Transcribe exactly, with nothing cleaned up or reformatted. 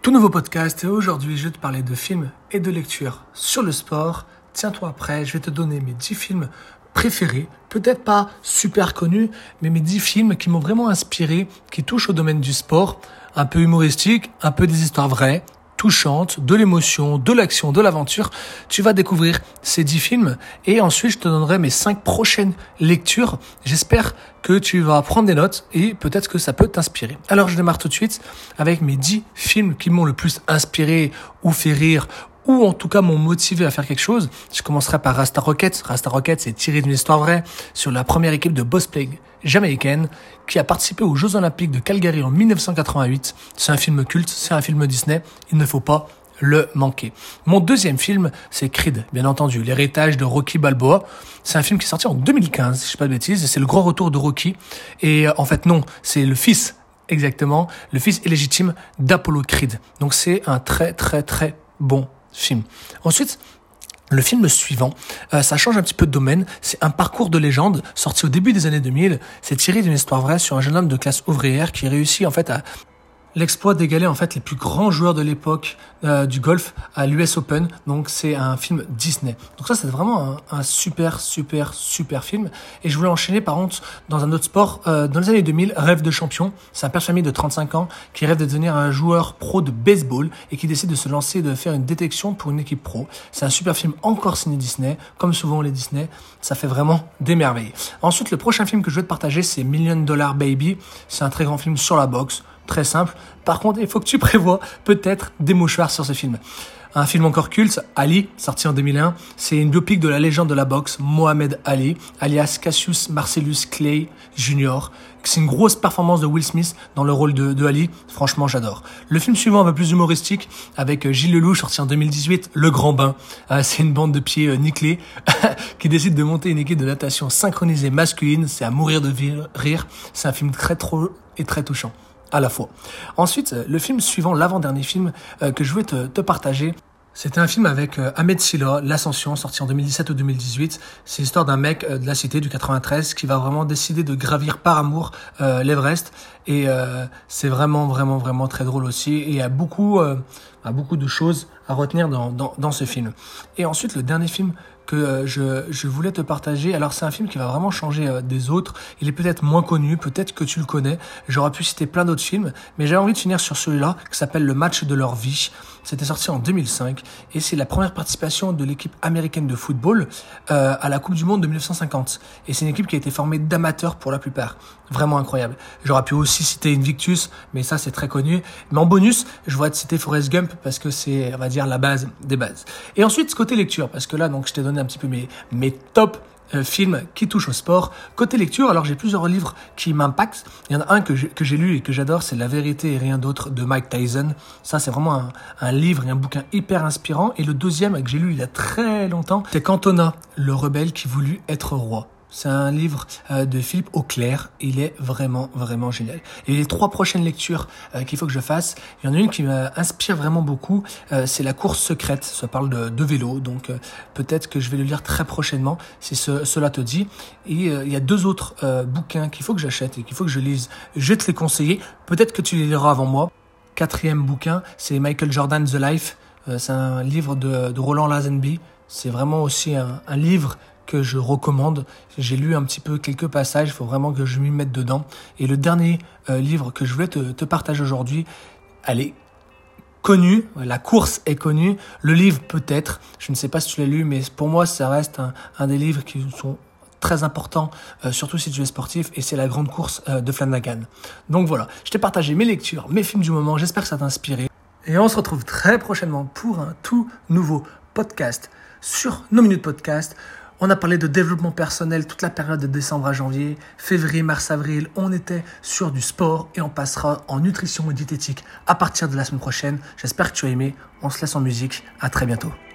Tout nouveau podcast et aujourd'hui je vais te parler de films et de lecture sur le sport. Tiens-toi prêt, je vais te donner mes dix films préférés, peut-être pas super connus, mais mes dix films qui m'ont vraiment inspiré, qui touchent au domaine du sport, un peu humoristique, un peu des histoires vraies, touchantes, de l'émotion, de l'action, de l'aventure. Tu vas découvrir ces dix films et ensuite je te donnerai mes cinq prochaines lectures. J'espère que tu vas prendre des notes et peut-être que ça peut t'inspirer. Alors je démarre tout de suite avec mes dix films qui m'ont le plus inspiré ou fait rire ou en tout cas m'ont motivé à faire quelque chose. Je commencerai par Rasta Rocket. Rasta Rocket, c'est tiré d'une histoire vraie sur la première équipe de Boss Plague jamaïcaine qui a participé aux Jeux Olympiques de Calgary en dix-neuf cent quatre-vingt-huit. C'est un film culte, c'est un film Disney, il ne faut pas le manquer. Mon deuxième film, c'est Creed, bien entendu, l'héritage de Rocky Balboa. C'est un film qui est sorti en deux mille quinze, si je ne dis pas de bêtises, et c'est le grand retour de Rocky. Et euh, en fait, non, c'est le fils, exactement, le fils illégitime d'Apollo Creed. Donc c'est un très très très bon film. Ensuite, le film suivant, euh, ça change un petit peu de domaine. C'est un parcours de légende sorti au début des années deux mille. C'est tiré d'une histoire vraie sur un jeune homme de classe ouvrière qui réussit en fait à l'exploit d'égaler en fait les plus grands joueurs de l'époque euh, du golf à l'U S Open. Donc c'est un film Disney. Donc ça c'est vraiment un, un super super super film. Et je voulais enchaîner par contre dans un autre sport. Euh, dans les années deux mille, Rêve de champion. C'est un père de famille de trente-cinq ans qui rêve de devenir un joueur pro de baseball et qui décide de se lancer et de faire une détection pour une équipe pro. C'est un super film encore signé Disney. Comme souvent les Disney, ça fait vraiment des merveilles. Ensuite le prochain film que je vais te partager c'est Million Dollar Baby. C'est un très grand film sur la boxe. Très simple. Par contre, il faut que tu prévois peut-être des mouchoirs sur ce film. Un film encore culte, Ali, sorti en deux mille un. C'est une biopic de la légende de la boxe, Mohamed Ali, alias Cassius Marcellus Clay Junior C'est une grosse performance de Will Smith dans le rôle de, de Ali. Franchement, j'adore. Le film suivant, un peu plus humoristique, avec Gilles Lelouch, sorti en deux mille dix-huit, Le Grand Bain. Euh, c'est une bande de pieds euh, nickelés qui décide de monter une équipe de natation synchronisée masculine. C'est à mourir de rire. C'est un film très trop et très touchant à la fois. Ensuite, le film suivant, l'avant-dernier film euh, que je voulais te, te partager, c'était un film avec euh, Ahmed Silla, L'Ascension, sorti en deux mille dix-sept ou deux mille dix-huit. C'est l'histoire d'un mec euh, de la cité du quatre-vingt-treize qui va vraiment décider de gravir par amour euh, l'Everest. Et euh, c'est vraiment, vraiment, vraiment très drôle aussi. Et il y a beaucoup, euh, a beaucoup de choses à retenir dans, dans, dans ce film. Et ensuite, le dernier film que euh, je, je voulais te partager. Alors c'est un film qui va vraiment changer euh, des autres. Il est peut-être moins connu, peut-être que tu le connais. J'aurais pu citer plein d'autres films, mais j'ai envie de finir sur celui-là qui s'appelle Le Match de leur vie. C'était sorti en deux mille cinq et c'est la première participation de l'équipe américaine de football euh, à la Coupe du Monde de dix-neuf cent cinquante. Et c'est une équipe qui a été formée d'amateurs pour la plupart. Vraiment incroyable. J'aurais pu aussi citer Invictus, mais ça c'est très connu. Mais en bonus, je voudrais te citer Forrest Gump parce que c'est, on va dire, la base des bases. Et ensuite, côté lecture, parce que là, donc, je t'ai donné un petit peu mes, mes top euh, films qui touchent au sport. Côté lecture, alors j'ai plusieurs livres qui m'impactent. Il y en a un que j'ai, que j'ai lu et que j'adore, c'est La vérité et rien d'autre de Mike Tyson. Ça, c'est vraiment un, un livre et un bouquin hyper inspirant. Et le deuxième que j'ai lu il y a très longtemps, c'est Cantona, le rebelle qui voulut être roi. C'est un livre euh, de Philippe Auclair. Il est vraiment, vraiment génial. Et les trois prochaines lectures euh, qu'il faut que je fasse, il y en a une qui m'inspire vraiment beaucoup. Euh, c'est La course secrète. Ça parle de, de vélo. Donc, euh, peut-être que je vais le lire très prochainement, si ce, cela te dit. Et euh, il y a deux autres euh, bouquins qu'il faut que j'achète et qu'il faut que je lise. Je vais te les conseiller. Peut-être que tu les liras avant moi. Quatrième bouquin, c'est Michael Jordan, The Life. Euh, c'est un livre de, de Roland Lazenby. C'est vraiment aussi un, un livre que je recommande. J'ai lu un petit peu quelques passages, il faut vraiment que je m'y mette dedans. Et le dernier euh, livre que je voulais te, te partager aujourd'hui, elle est connue, la course est connue, le livre peut-être, je ne sais pas si tu l'as lu, mais pour moi ça reste un, un des livres qui sont très importants, euh, surtout si tu es sportif, et c'est La Grande Course euh, de Flanagan. Donc voilà, je t'ai partagé mes lectures, mes films du moment, j'espère que ça t'a inspiré. Et on se retrouve très prochainement pour un tout nouveau podcast sur nos minutes podcast. On a parlé de développement personnel toute la période de décembre à janvier, février, mars, avril. On était sur du sport et on passera en nutrition et diététique à partir de la semaine prochaine. J'espère que tu as aimé. On se laisse en musique. À très bientôt.